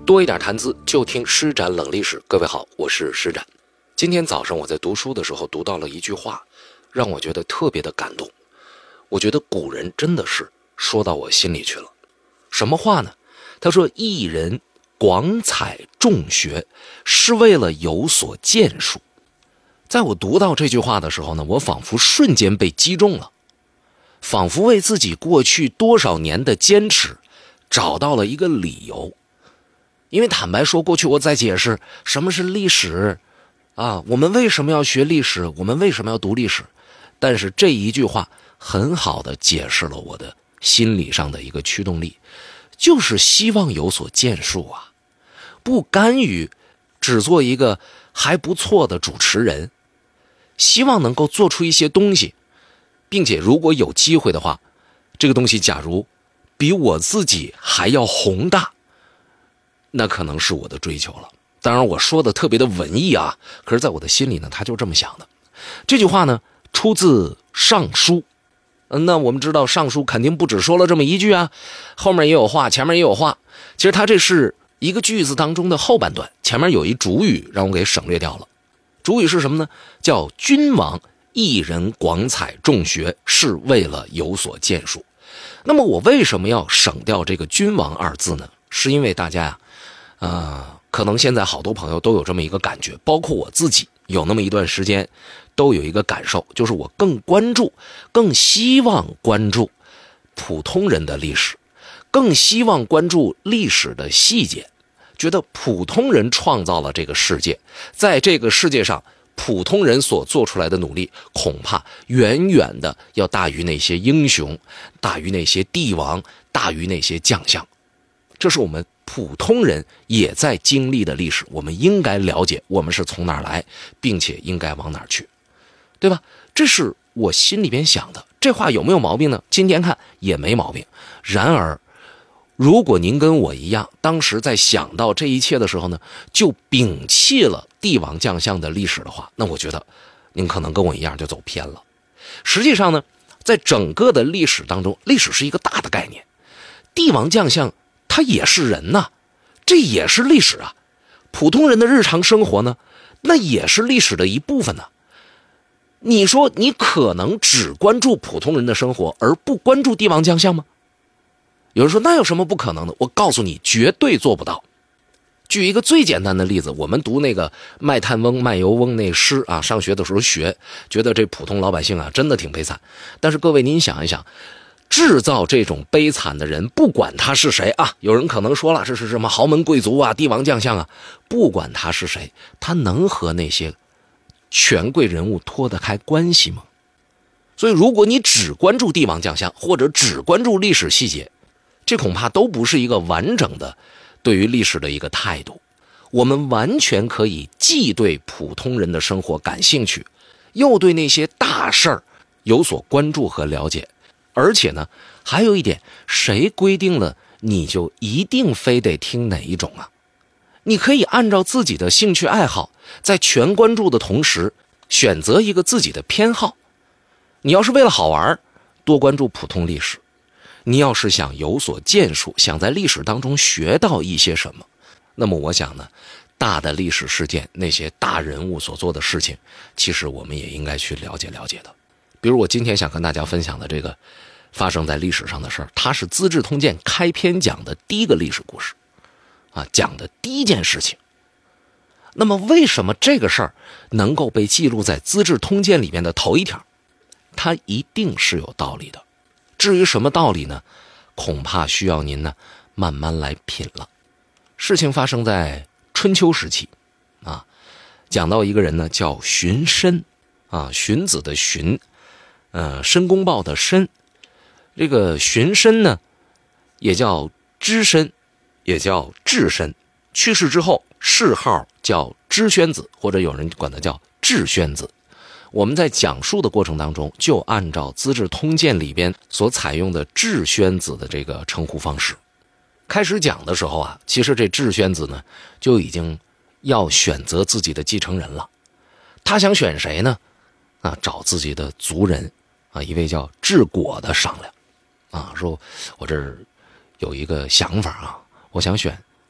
多一点谈资，就听施展冷历史。各位好，我是施展。今天早上我在读书的时候读到了一句话，让我觉得特别的感动。我觉得古人真的是说到我心里去了。什么话呢？他说一人广采众学，是为了有所建树。在我读到这句话的时候呢，我仿佛瞬间被击中了，仿佛为自己过去多少年的坚持找到了一个理由。因为坦白说，过去我在解释什么是历史啊，我们为什么要学历史，我们为什么要读历史，但是这一句话很好的解释了我的心理上的一个驱动力，就是希望有所建树啊，不甘于只做一个还不错的主持人，希望能够做出一些东西，并且如果有机会的话，这个东西假如比我自己还要宏大，那可能是我的追求了。当然我说的特别的文艺啊，可是在我的心里呢，他就这么想的。这句话呢出自尚书。那我们知道尚书肯定不只说了这么一句啊，后面也有话，前面也有话。其实他这是一个句子当中的后半段，前面有一主语让我给省略掉了。主语是什么呢？叫君王一人广采众学，是为了有所建树。那么我为什么要省掉这个君王二字呢？是因为大家可能现在好多朋友都有这么一个感觉，包括我自己有那么一段时间都有一个感受，就是我更希望关注普通人的历史，更希望关注历史的细节，觉得普通人创造了这个世界，在这个世界上普通人所做出来的努力恐怕远远的要大于那些英雄，大于那些帝王，大于那些将相。这是我们普通人也在经历的历史，我们应该了解我们是从哪儿来，并且应该往哪儿去，对吧？这是我心里边想的。这话有没有毛病呢？今天看也没毛病。然而如果您跟我一样，当时在想到这一切的时候呢，就摒弃了帝王将相的历史的话，那我觉得您可能跟我一样就走偏了。实际上呢，在整个的历史当中，历史是一个大的概念，帝王将相他也是人呐，这也是历史啊。普通人的日常生活呢，那也是历史的一部分呢。你说你可能只关注普通人的生活，而不关注帝王将相吗？有人说那有什么不可能的？我告诉你，绝对做不到。举一个最简单的例子，我们读那个卖炭翁卖油翁那诗啊，上学的时候学，觉得这普通老百姓啊真的挺悲惨。但是各位您想一想，制造这种悲惨的人，不管他是谁啊，有人可能说了，这是什么豪门贵族啊，帝王将相啊，不管他是谁，他能和那些权贵人物脱得开关系吗？所以如果你只关注帝王将相，或者只关注历史细节，这恐怕都不是一个完整的对于历史的一个态度。我们完全可以既对普通人的生活感兴趣，又对那些大事儿有所关注和了解。而且呢，还有一点，谁规定了你就一定非得听哪一种啊？你可以按照自己的兴趣爱好，在全关注的同时，选择一个自己的偏好。你要是为了好玩，多关注普通历史；你要是想有所建树，想在历史当中学到一些什么，那么我想呢，大的历史事件，那些大人物所做的事情，其实我们也应该去了解了解的。比如我今天想跟大家分享的这个发生在历史上的事儿，它是《资治通鉴》开篇讲的第一个历史故事啊，讲的第一件事情。那么为什么这个事儿能够被记录在《资治通鉴》里面的头一条？它一定是有道理的。至于什么道理呢？恐怕需要您呢慢慢来品了。事情发生在春秋时期啊，讲到一个人呢叫荀申啊，荀子的荀，申公豹的申。这个荀申呢也叫知申，也叫智申。去世之后谥号叫知宣子，或者有人管他叫智宣子。我们在讲述的过程当中，就按照《资治通鉴》里边所采用的智宣子的这个称呼方式。开始讲的时候啊，其实这智宣子呢就已经要选择自己的继承人了。他想选谁呢？啊，找自己的族人啊，一位叫智果的商量啊，说我这儿有一个想法啊，我想选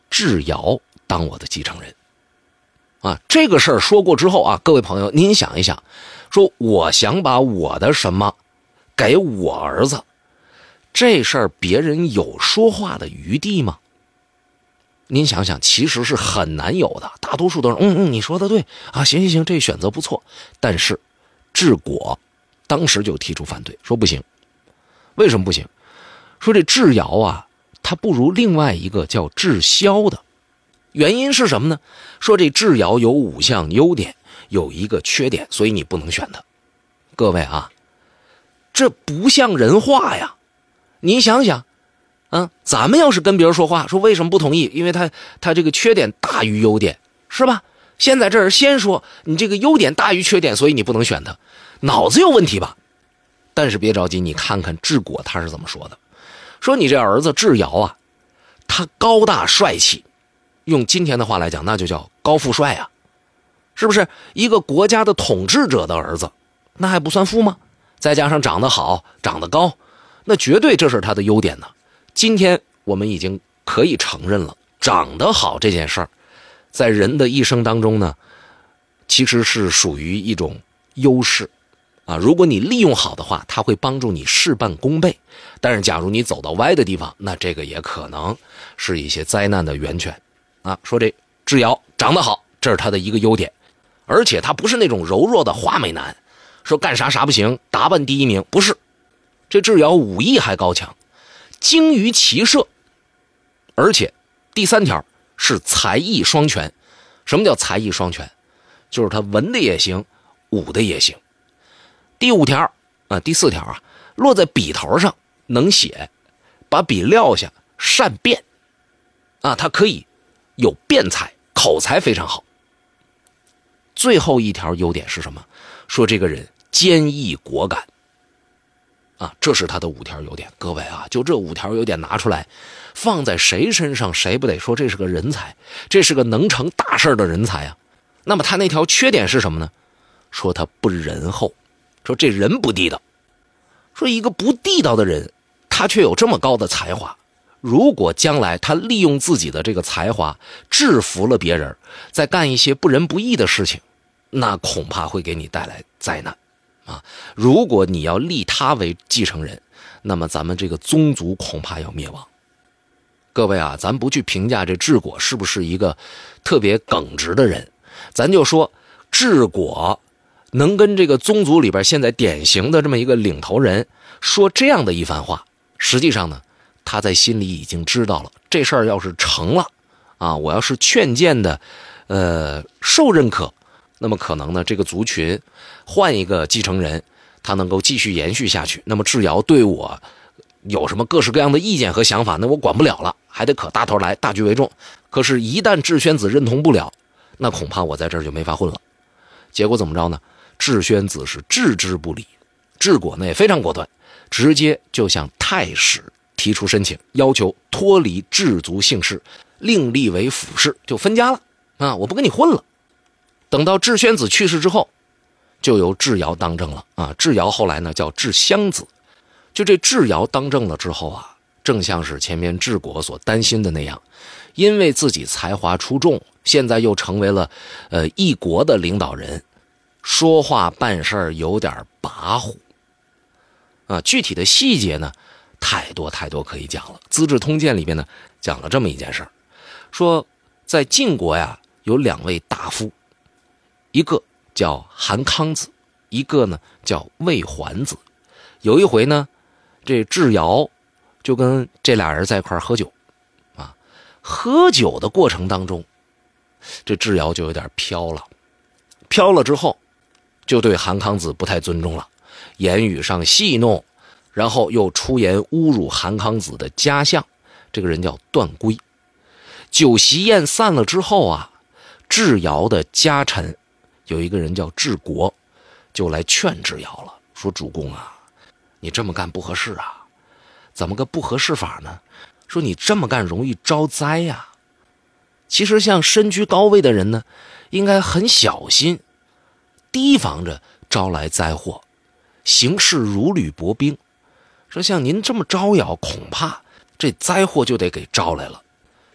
智瑶当我的继承人。这个事儿说过之后各位朋友您想一想，说我想把我的什么给我儿子，这事儿别人有说话的余地吗？您想想，其实是很难有的。大多数都是你说的对行，这选择不错。但是智果当时就提出反对，说不行。为什么不行？说这智瑶他不如另外一个叫智霄的。原因是什么呢？说这智瑶有5项优点，有一个缺点，所以你不能选它。各位这不像人话呀。你想想咱们要是跟别人说话，说为什么不同意？因为他这个缺点大于优点，是吧？现在这儿先说你这个优点大于缺点，所以你不能选他，脑子有问题吧？但是别着急，你看看智果他是怎么说的。说你这儿子智瑶他高大帅气，用今天的话来讲，那就叫高富帅是不是？一个国家的统治者的儿子，那还不算富吗？再加上长得好，长得高，那绝对这是他的优点呢。今天我们已经可以承认了，长得好这件事儿，在人的一生当中呢，其实是属于一种优势如果你利用好的话，它会帮助你事半功倍。但是假如你走到歪的地方，那这个也可能是一些灾难的源泉说这智瑶长得好，这是他的一个优点，而且他不是那种柔弱的花美男，说干啥啥不行，打扮第一名，不是。这智瑶武艺还高强，精于骑射，而且第3条是才艺双全。什么叫才艺双全？就是他文的也行，武的也行。第4条落在笔头上能写，把笔撂下善辩他可以有辩才，口才非常好。最后一条优点是什么？说这个人坚毅果敢这是他的5条优点。各位就这5条优点拿出来放在谁身上，谁不得说这是个人才，这是个能成大事的人才那么他那条缺点是什么呢？说他不仁厚，说这人不地道。说一个不地道的人，他却有这么高的才华，如果将来他利用自己的这个才华制服了别人，再干一些不仁不义的事情，那恐怕会给你带来灾难如果你要立他为继承人，那么咱们这个宗族恐怕要灭亡。各位咱不去评价这智果是不是一个特别耿直的人，咱就说智果能跟这个宗族里边现在典型的这么一个领头人说这样的一番话，实际上呢，他在心里已经知道了，这事儿要是成了我要是劝谏的受认可，那么可能呢这个族群换一个继承人，他能够继续延续下去。那么智瑶对我有什么各式各样的意见和想法，那我管不了了，还得可大头来，大局为重。可是一旦智宣子认同不了，那恐怕我在这儿就没法混了。结果怎么着呢？智宣子是置之不理，智果呢也非常果断，直接就向太史提出申请，要求脱离智族姓氏，另立为府氏，就分家了我不跟你混了。等到智宣子去世之后，就由智瑶当政了智瑶后来呢叫智襄子。就这智瑶当政了之后正像是前面智果所担心的那样，因为自己才华出众，现在又成为了一国的领导人，说话办事有点跋扈具体的细节呢太多可以讲了。资治通鉴里面呢讲了这么一件事儿，说在晋国有2位大夫，一个叫韩康子，一个呢叫魏桓子。有一回呢，这智瑶就跟这俩人在一块喝酒喝酒的过程当中，这智瑶就有点飘了之后，就对韩康子不太尊重了，言语上戏弄，然后又出言侮辱韩康子的家相，这个人叫段圭。酒席宴散了之后智瑶的家臣有一个人叫智国，就来劝智瑶了，说主公你这么干不合适怎么个不合适法呢？说你这么干容易招灾其实像身居高位的人呢，应该很小心，提防着招来灾祸，行事如履薄冰。说像您这么招摇，恐怕这灾祸就得给招来了。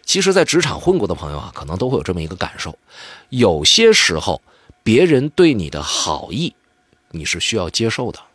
其实在职场混过的朋友啊，可能都会有这么一个感受，有些时候别人对你的好意你是需要接受的，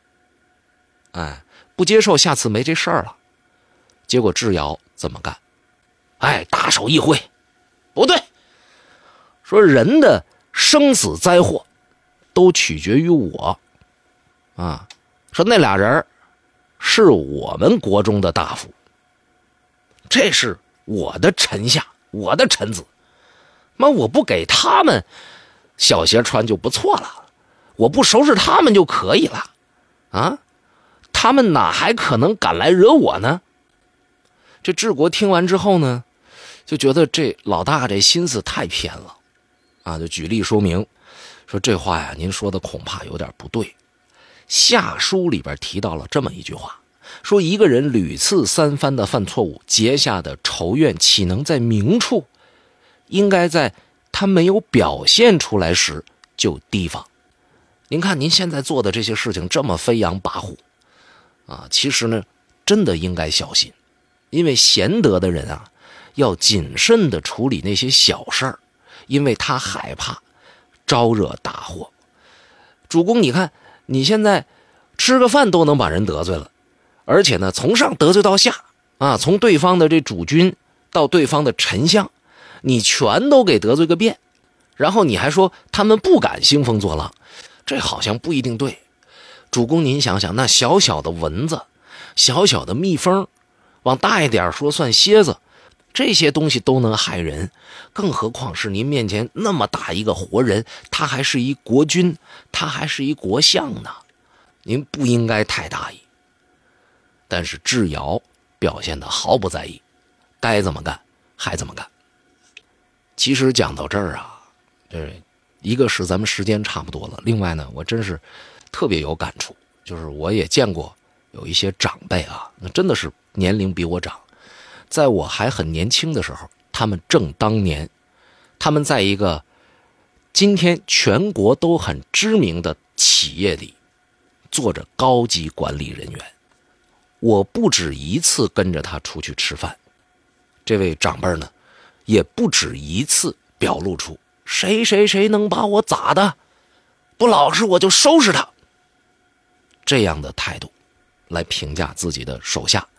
不接受下次没这事儿了。结果智瑶怎么干？大手一挥，不对，说人的生死灾祸都取决于我说那俩人是我们国中的大夫，这是我的臣下，我的臣子，我不给他们小鞋穿就不错了，我不收拾他们就可以了他们哪还可能敢来惹我呢？这治国听完之后呢，就觉得这老大这心思太偏了就举例说明，说这话呀，您说的恐怕有点不对。下书里边提到了这么一句话，说一个人屡次三番的犯错误，结下的仇怨岂能在明处？应该在他没有表现出来时就提防。您看您现在做的这些事情这么飞扬跋扈其实呢真的应该小心，因为贤德的人要谨慎的处理那些小事儿，因为他害怕招惹大祸。主公你看你现在吃个饭都能把人得罪了，而且呢从上得罪到下从对方的这主君到对方的丞相，你全都给得罪个遍，然后你还说他们不敢兴风作浪，这好像不一定对。主公您想想，那小小的蚊子，小小的蜜蜂，往大一点说算蝎子，这些东西都能害人，更何况是您面前那么大一个活人，他还是一国君，他还是一国相呢，您不应该太大意。但是智瑶表现得毫不在意，该怎么干还怎么干。其实讲到这儿一个是咱们时间差不多了，另外呢我真是特别有感触，就是我也见过有一些长辈那真的是年龄比我长，在我还很年轻的时候，他们正当年，他们在一个今天全国都很知名的企业里做着高级管理人员。我不止一次跟着他出去吃饭，这位长辈呢也不止一次表露出谁谁谁能把我咋的，不老实我就收拾他，这样的态度来评价自己的手下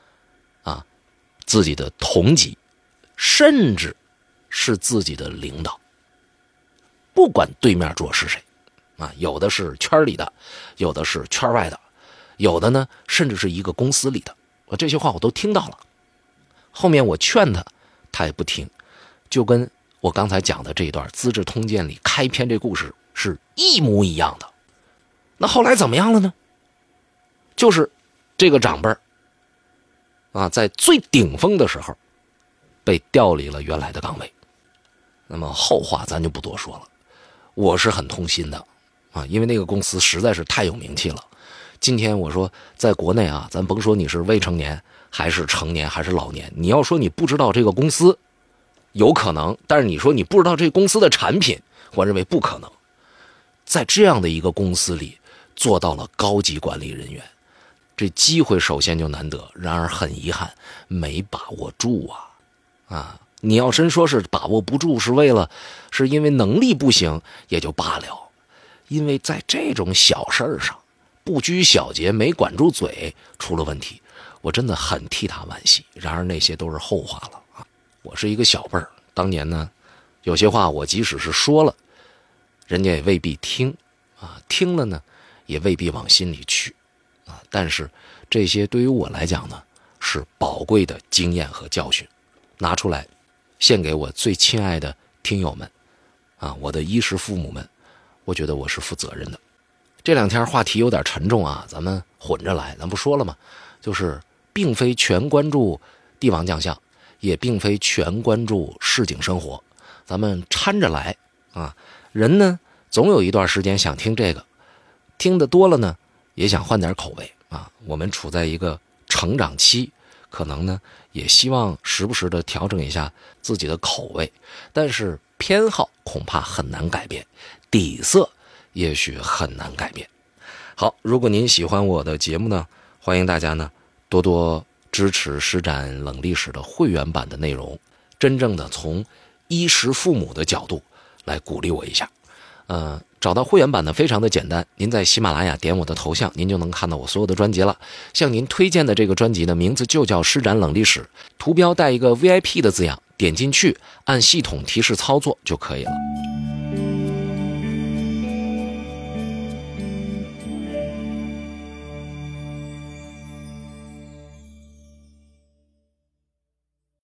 自己的同级，甚至是自己的领导，不管对面桌是谁有的是圈里的，有的是圈外的，有的呢甚至是一个公司里的，这些话我都听到了。后面我劝他，他也不听，就跟我刚才讲的这一段《资治通鉴》里开篇这故事是一模一样的。那后来怎么样了呢？就是这个长辈在最顶峰的时候被调离了原来的岗位。那么后话咱就不多说了，我是很痛心的因为那个公司实在是太有名气了。今天我说在国内咱甭说你是未成年还是成年还是老年，你要说你不知道这个公司有可能，但是你说你不知道这个公司的产品，我认为不可能。在这样的一个公司里做到了高级管理人员，这机会首先就难得，然而很遗憾没把握住你要真说是把握不住，是因为能力不行也就罢了，因为在这种小事上不拘小节，没管住嘴，出了问题，我真的很替他惋惜。然而那些都是后话了我是一个小辈儿，当年呢有些话我即使是说了，人家也未必听听了呢也未必往心里去但是这些对于我来讲呢是宝贵的经验和教训，拿出来献给我最亲爱的听友们我的衣食父母们，我觉得我是负责任的。这两天话题有点沉重咱们混着来，咱不说了吗？就是并非全关注帝王将相，也并非全关注市井生活，咱们掺着来人呢总有一段时间想听这个，听得多了呢也想换点口味我们处在一个成长期，可能呢也希望时不时的调整一下自己的口味，但是偏好恐怕很难改变，底色也许很难改变。好，如果您喜欢我的节目呢，欢迎大家呢多多支支持施展冷历史的会员版的内容，真正的从衣食父母的角度来鼓励我一下。找到会员版呢非常的简单，您在喜马拉雅点我的头像，您就能看到我所有的专辑了。像您推荐的这个专辑的名字就叫施展冷历史，图标带一个 VIP 的字样，点进去按系统提示操作就可以了。